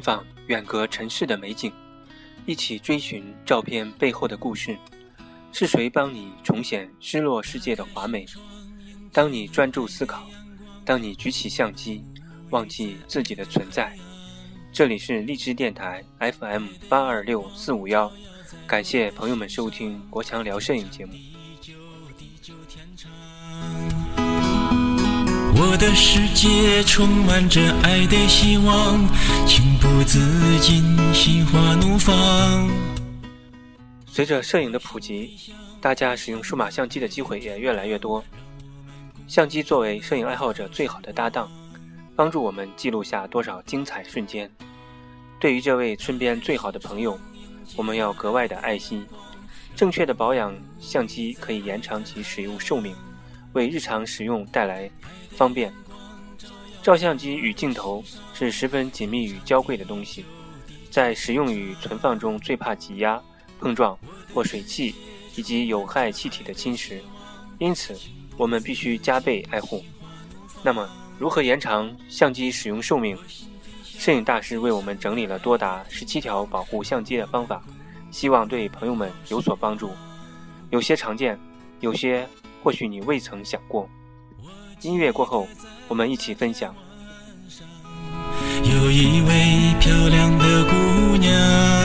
访远隔尘世的美景，一起追寻照片背后的故事。是谁帮你重现失落世界的华美？当你专注思考，当你举起相机，忘记自己的存在。这里是荔枝电台 FM826451，感谢朋友们收听国强聊摄影节目。 我的世界充满着爱的希望，情不自禁，心花怒放。 随着摄影的普及，大家使用数码相机的机会也越来越多。相机作为摄影爱好者最好的搭档，帮助我们记录下多少精彩瞬间。对于这位身边最好的朋友，我们要格外的爱惜。正确的保养相机可以延长其使用寿命，为日常使用带来方便。照相机与镜头是十分紧密与娇贵的东西，在使用与存放中最怕挤压、碰撞或水汽以及有害气体的侵蚀，因此我们必须加倍爱护。那么如何延长相机使用寿命？摄影大师为我们整理了多达17条保护相机的方法，希望对朋友们有所帮助。有些常见，有些或许你未曾想过。音乐过后，我们一起分享。 有一位漂亮的姑娘，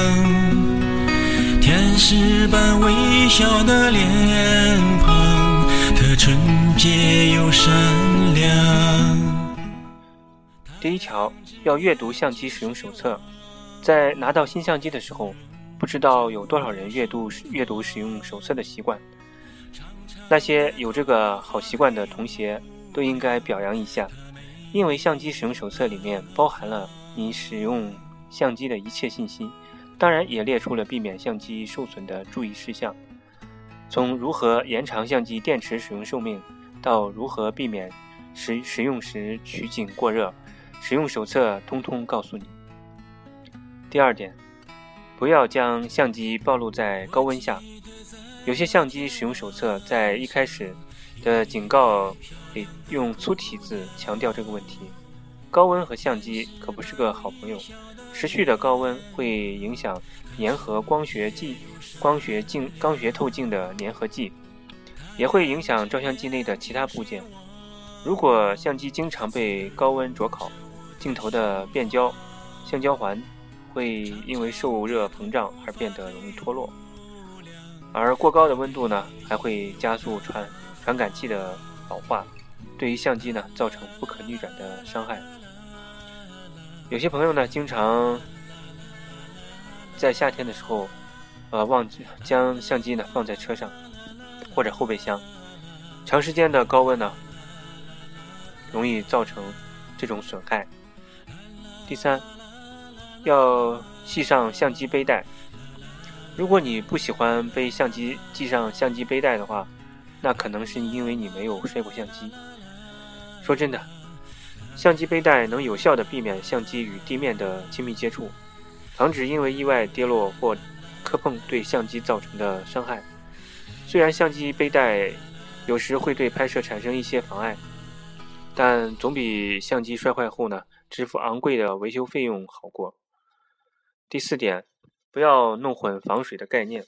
天使般微笑的脸庞，她纯洁又善良。 第一条，要阅读相机使用手册。在拿到新相机的时候，不知道有多少人阅读使用手册的习惯。那些有这个好习惯的同学都应该表扬一下，因为相机使用手册里面包含了你使用相机的一切信息，当然也列出了避免相机受损的注意事项。从如何延长相机电池使用寿命，到如何避免使用时取景过热，使用手册通通告诉你。第二点，不要将相机暴露在高温下。有些相机使用手册在一开始的警告里用粗体字强调这个问题。高温和相机可不是个好朋友，持续的高温会影响粘合光学透镜的粘合剂，也会影响照相机内的其他部件。如果相机经常被高温灼烤，镜头的变焦、橡胶环会因为受热膨胀而变得容易脱落，而过高的温度呢，还会加速传感器的老化，对于相机呢造成不可逆转的伤害。有些朋友呢，经常在夏天的时候，忘记将相机呢放在车上或者后备箱，长时间的高温呢，容易造成这种损害。第三，要系上相机背带。如果你不喜欢系上相机背带的话，那可能是因为你没有摔过相机。说真的，相机背带能有效地避免相机与地面的亲密接触，防止因为意外跌落或磕碰对相机造成的伤害。虽然相机背带有时会对拍摄产生一些妨碍，但总比相机摔坏后呢支付昂贵的维修费用好过。第四点，不要弄混防水的概念。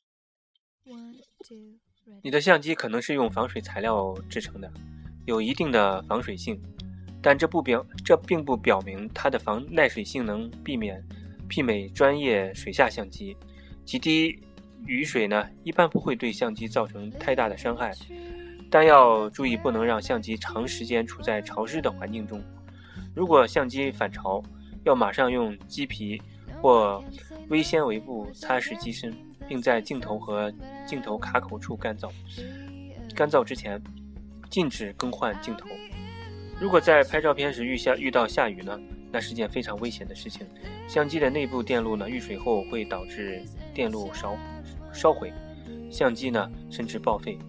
你的相机可能是用防水材料制成的，有一定的防水性，但这并不表明它的防耐水性能媲美专业水下相机。极低雨水呢，一般不会对相机造成太大的伤害，但要注意不能让相机长时间处在潮湿的环境中。如果相机反潮，要马上用鸡皮或微纤维布擦拭机身，并在镜头和镜头卡口处干燥之前禁止更换镜头。如果在拍照片时遇到下雨呢，那是件非常危险的事情。相机的内部电路呢遇水后会导致电路烧毁，相机呢甚至报废。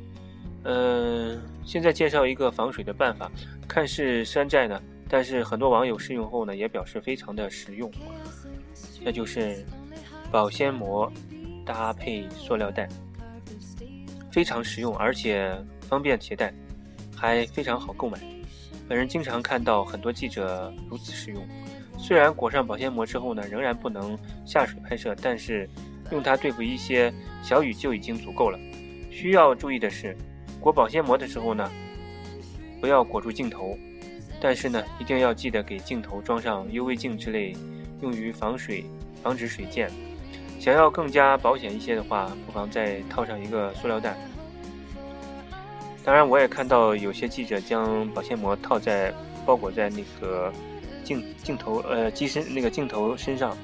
现在介绍一个防水的办法，看似山寨呢，但是很多网友试用后呢也表示非常的实用，那就是保鲜膜搭配塑料袋，非常实用，而且方便携带，还非常好购买。本人经常看到很多记者如此使用， 虽然裹上保鲜膜之后呢，仍然不能下水拍摄，但是用它对付一些小雨就已经足够了。需要注意的是，裹保鲜膜的时候呢，不要裹住镜头，但是呢，一定要记得给镜头装上 UV 镜之类，用于防止水溅。想要更加保险一些的话，不妨再套上一个塑料袋。当然，我也看到有些记者将保鲜膜包裹在那个镜头机身那个镜头身上，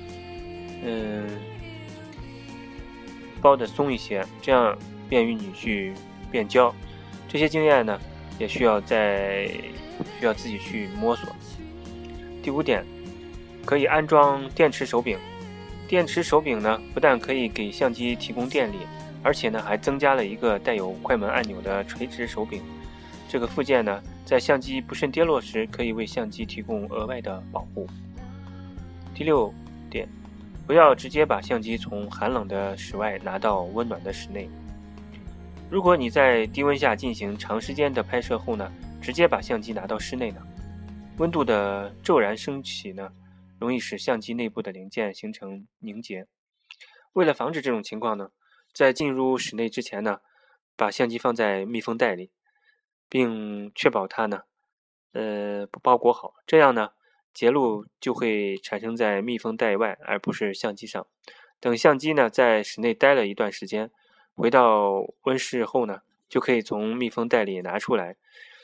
包的松一些，这样便于你去变焦。这些经验呢，也需要自己去摸索。第5点，可以安装电池手柄。电池手柄呢，不但可以给相机提供电力，而且呢，还增加了一个带有快门按钮的垂直手柄。这个附件呢，在相机不慎跌落时，可以为相机提供额外的保护。第6点，不要直接把相机从寒冷的室外拿到温暖的室内。如果你在低温下进行长时间的拍摄后呢，直接把相机拿到室内呢，温度的骤然升起呢，容易使相机内部的零件形成凝结。为了防止这种情况呢，在进入室内之前呢，把相机放在密封袋里，并确保它呢，不包裹好，这样呢，结露就会产生在密封袋外，而不是相机上。等相机呢在室内待了一段时间，回到温室后呢，就可以从密封袋里拿出来。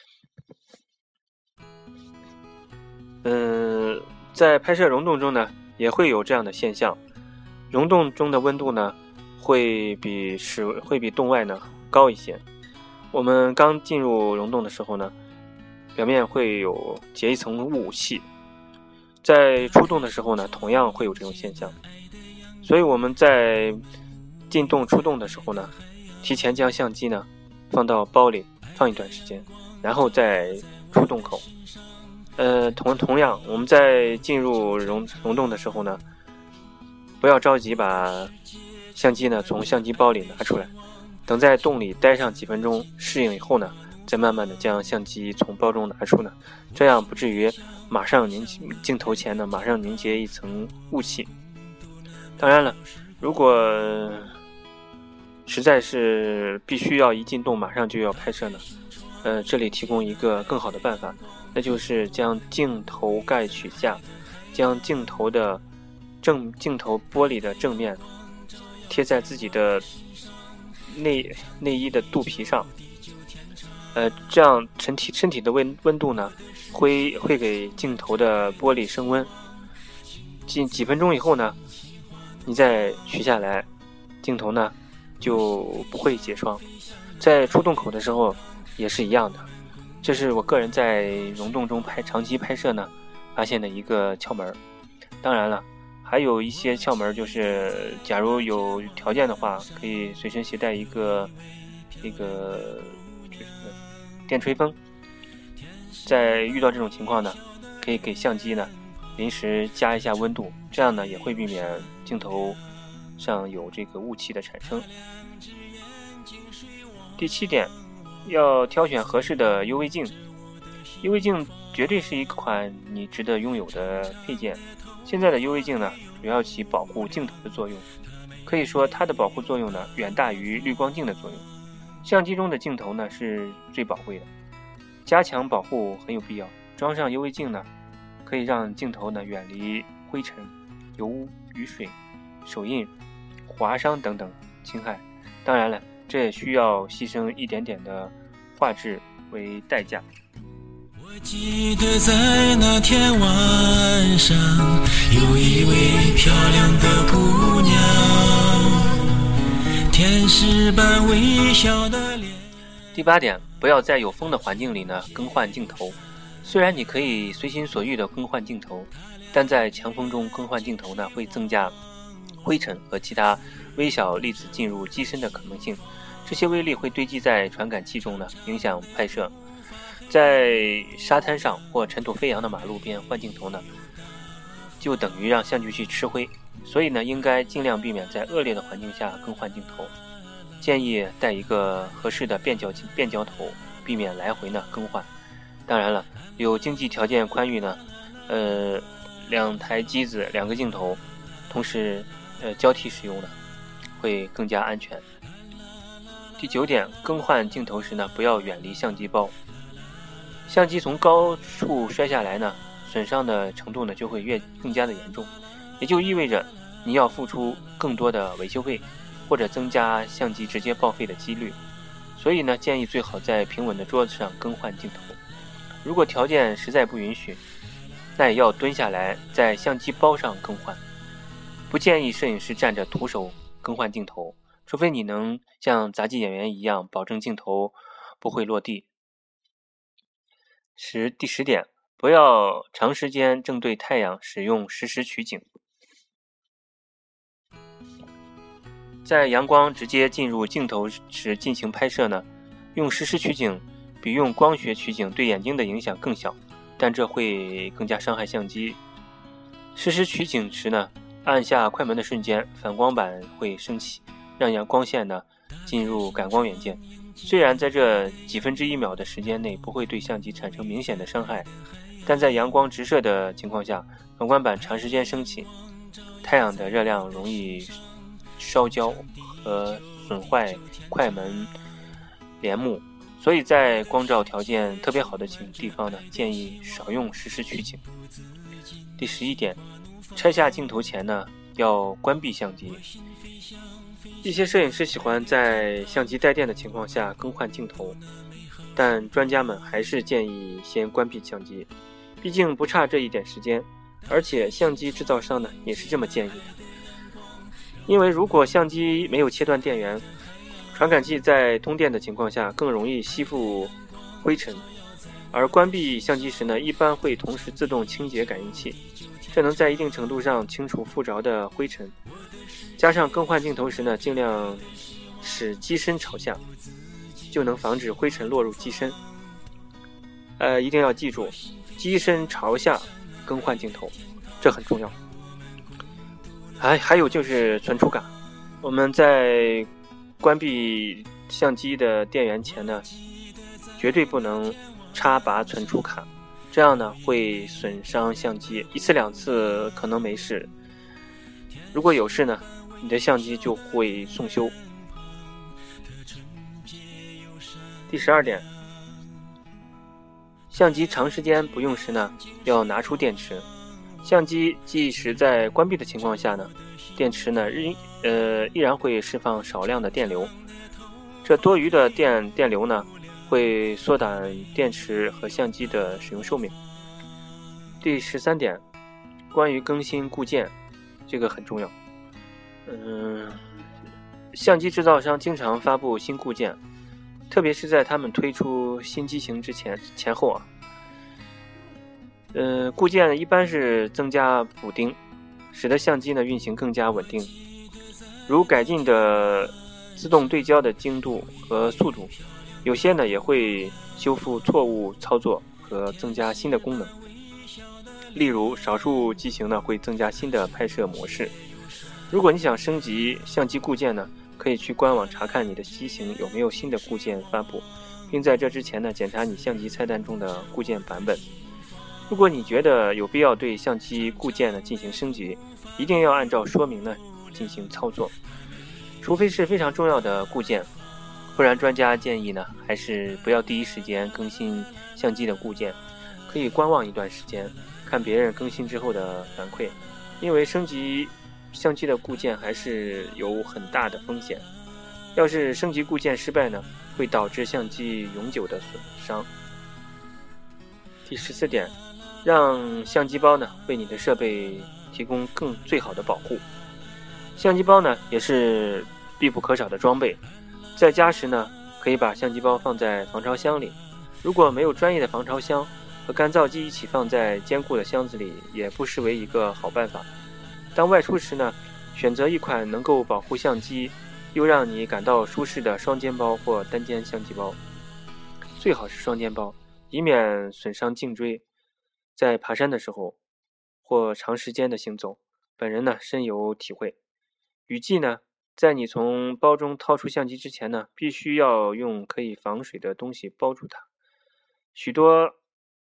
在拍摄溶洞中呢，也会有这样的现象。溶洞中的温度呢，会比洞外呢高一些。我们刚进入溶洞的时候呢，表面会有结一层雾气，在出洞的时候呢，同样会有这种现象。所以我们在进洞出洞的时候呢，提前将相机呢放到包里放一段时间，然后再出洞口。同样，我们在进入溶洞的时候呢，不要着急把相机呢从相机包里拿出来，等在洞里待上几分钟适应以后呢，再慢慢的将相机从包中拿出呢，这样不至于马上镜头前呢马上凝结一层雾气。当然了，如果实在是必须要一进洞马上就要拍摄呢，这里提供一个更好的办法，那就是将镜头盖取下，将镜头玻璃的正面贴在自己的内衣的肚皮上，这样身体的温度呢会给镜头的玻璃升温。几分钟以后呢，你再取下来，镜头呢就不会结霜。在出洞口的时候也是一样的，这是我个人在溶洞中长期拍摄呢发现的一个窍门。当然了，还有一些窍门，就是假如有条件的话，可以随身携带一个电吹风。在遇到这种情况呢，可以给相机呢临时加一下温度，这样呢也会避免镜头上有这个雾气的产生。第7点，要挑选合适的 UV 镜。UV 镜绝对是一款你值得拥有的配件。现在的 UV 镜呢，主要起保护镜头的作用，可以说它的保护作用呢远大于滤光镜的作用。相机中的镜头呢是最宝贵的，加强保护很有必要。装上 UV 镜呢，可以让镜头呢远离灰尘、油污、雨水、手印、划伤等等侵害。当然了，这也需要牺牲一点点的画质为代价。 我记得在那天晚上，有一位漂亮的姑娘，天使般微笑的脸。 第8点，不要在有风的环境里呢更换镜头。虽然你可以随心所欲的更换镜头，但在强风中更换镜头呢，会增加灰尘和其他微小粒子进入机身的可能性。这些微粒会堆积在传感器中呢，影响拍摄。在沙滩上或尘土飞扬的马路边换镜头呢，就等于让相机去吃灰，所以呢，应该尽量避免在恶劣的环境下更换镜头。建议带一个合适的变焦头，避免来回呢更换。当然了，有经济条件宽裕呢， 2台机子2个镜头同时交替使用的，会更加安全。第9点，更换镜头时呢，不要远离相机包。相机从高处摔下来呢，损伤的程度呢就会更加的严重，也就意味着你要付出更多的维修费，或者增加相机直接报废的几率。所以呢，建议最好在平稳的桌子上更换镜头。如果条件实在不允许，那也要蹲下来在相机包上更换。不建议摄影师站着徒手更换镜头，除非你能像杂技演员一样保证镜头不会落地。第10点，不要长时间正对太阳使用实时取景。在阳光直接进入镜头时进行拍摄呢，用实时取景比用光学取景对眼睛的影响更小，但这会更加伤害相机。实时取景时呢，按下快门的瞬间，反光板会升起，让阳光线呢进入感光元件。虽然在这几分之1秒的时间内不会对相机产生明显的伤害，但在阳光直射的情况下，反光板长时间升起，太阳的热量容易烧焦和损坏快门帘幕，所以在光照条件特别好的地方呢，建议少用实时取景。第11点，拆下镜头前呢，要关闭相机。一些摄影师喜欢在相机带电的情况下更换镜头，但专家们还是建议先关闭相机，毕竟不差这一点时间，而且相机制造商呢也是这么建议的。因为如果相机没有切断电源，传感器在通电的情况下更容易吸附灰尘，而关闭相机时呢，一般会同时自动清洁感应器，这能在一定程度上清除附着的灰尘。加上更换镜头时呢，尽量使机身朝下，就能防止灰尘落入机身。一定要记住，机身朝下更换镜头，这很重要。还有就是存储卡，我们在关闭相机的电源前呢，绝对不能插拔存储卡，这样呢会损伤相机，1次2次可能没事，如果有事呢，你的相机就会送修。第12点，相机长时间不用时呢，要拿出电池。相机即使在关闭的情况下呢，电池呢依然会释放少量的电流，这多余的电流呢会缩短电池和相机的使用寿命。第13点，关于更新固件，这个很重要。相机制造商经常发布新固件，特别是在他们推出新机型前后啊。固件一般是增加补丁，使得相机呢运行更加稳定，如改进的自动对焦的精度和速度，有些呢也会修复错误操作和增加新的功能。例如少数机型呢会增加新的拍摄模式。如果你想升级相机固件呢，可以去官网查看你的机型有没有新的固件发布，并在这之前呢检查你相机菜单中的固件版本。如果你觉得有必要对相机固件呢进行升级，一定要按照说明呢进行操作，除非是非常重要的固件，不然专家建议呢还是不要第一时间更新相机的固件，可以观望一段时间，看别人更新之后的反馈，因为升级相机的固件还是有很大的风险，要是升级固件失败呢，会导致相机永久的损伤。第14点，让相机包呢为你的设备提供最好的保护。相机包呢也是必不可少的装备，在家时呢可以把相机包放在防潮箱里，如果没有专业的防潮箱，和干燥机一起放在坚固的箱子里也不失为一个好办法。当外出时呢，选择一款能够保护相机又让你感到舒适的双肩包或单肩相机包，最好是双肩包，以免损伤颈椎。在爬山的时候或长时间的行走，本人呢深有体会。雨季呢，在你从包中掏出相机之前呢，必须要用可以防水的东西包住它。许多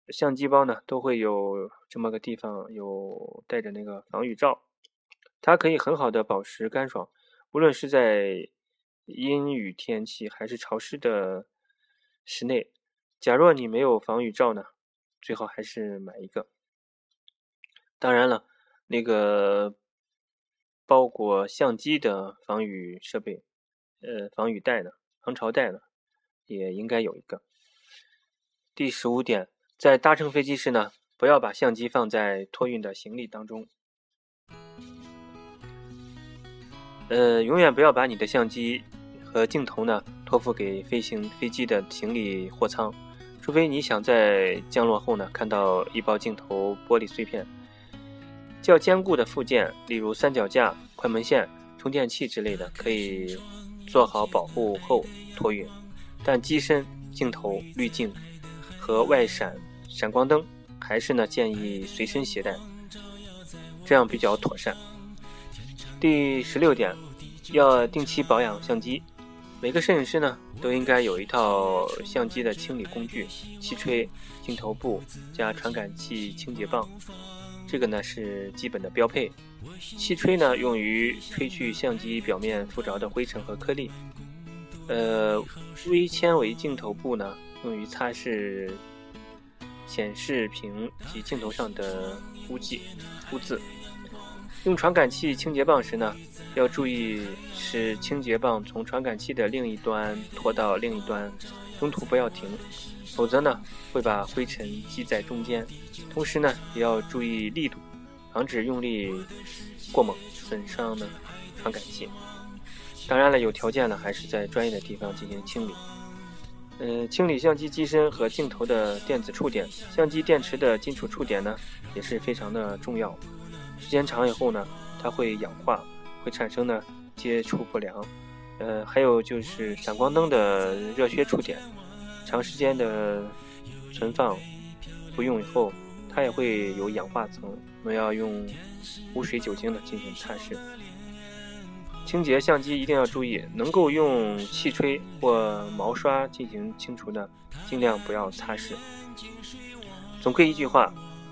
相机包呢都会有这么个地方有带着那个防雨罩，它可以很好的保持干爽，无论是在阴雨天气还是潮湿的室内。假若你没有防雨罩呢，最好还是买一个。当然了，那个包裹相机的防雨设备，防雨袋呢，防潮袋呢，也应该有一个。第15点，在搭乘飞机时呢，不要把相机放在托运的行李当中。永远不要把你的相机和镜头呢托付给飞机的行李货舱，除非你想在降落后呢看到一包镜头玻璃碎片。较坚固的附件，例如三脚架、快门线、充电器之类的，可以做好保护后托运，但机身、镜头、滤镜和外闪光灯还是呢建议随身携带，这样比较妥善。第16点，要定期保养相机。每个摄影师呢都应该有一套相机的清理工具，气吹、镜头布加传感器清洁棒，这个呢是基本的标配。气吹呢用于吹去相机表面附着的灰尘和颗粒，微纤维镜头布呢用于擦拭显示屏及镜头上的污渍。用传感器清洁棒时呢，要注意使清洁棒从传感器的另一端拖到另一端，中途不要停，否则呢会把灰尘积在中间。同时呢也要注意力度，防止用力过猛损伤呢传感器。当然了，有条件了还是在专业的地方进行清理。清理相机机身和镜头的电子触点，相机电池的金属触点呢也是非常的重要。时间长以后呢，它会氧化，会产生呢接触不良。还有就是闪光灯的热靴触点，长时间的存放不用以后，它也会有氧化层，我们要用无水酒精的进行擦拭。清洁相机一定要注意，能够用气吹或毛刷进行清除的，尽量不要擦拭。总归一句话，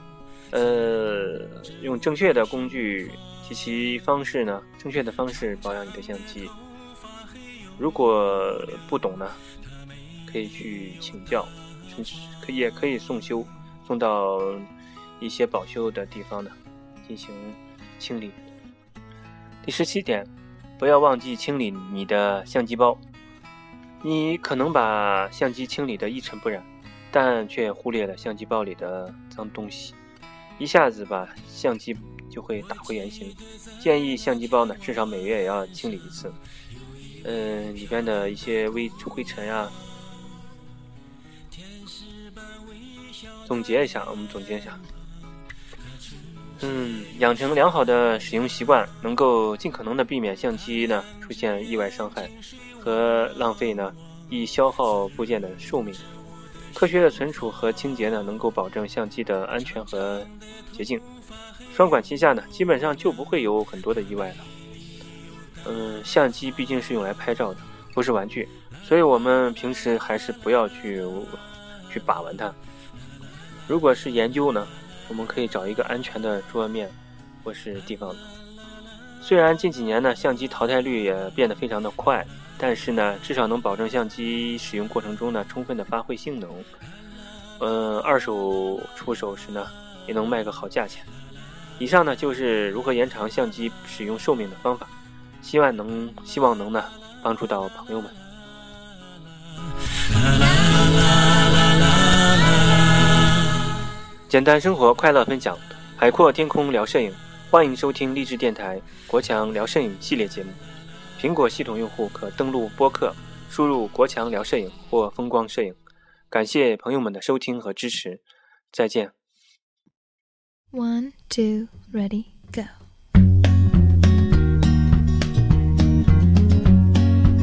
用正确的工具及其方式呢，正确的方式保养你的相机。如果不懂呢，可以去请教，甚至也可以送到一些保修的地方呢进行清理。第17点，不要忘记清理你的相机包。你可能把相机清理得一尘不染，但却忽略了相机包里的脏东西，一下子把相机就会打回原形。建议相机包呢至少每月也要清理一次，里边的一些灰尘啊。我们总结一下，养成良好的使用习惯，能够尽可能的避免相机呢出现意外伤害和浪费呢易消耗部件的寿命。科学的存储和清洁呢，能够保证相机的安全和洁净。双管齐下呢，基本上就不会有很多的意外了。相机毕竟是用来拍照的，不是玩具，所以我们平时还是不要去把玩它。如果是研究呢，我们可以找一个安全的桌面或是地方。虽然近几年呢，相机淘汰率也变得非常的快，但是呢，至少能保证相机使用过程中呢，充分的发挥性能。二手出手时呢，也能卖个好价钱。以上呢，就是如何延长相机使用寿命的方法，希望能呢帮助到朋友们。简单生活，快乐分享，海阔天空聊摄影，欢迎收听励志电台国强聊摄影系列节目。苹果系统用户可登录播客，输入国强聊摄影或风光摄影。感谢朋友们的收听和支持，再见。 1, 2, ready, go.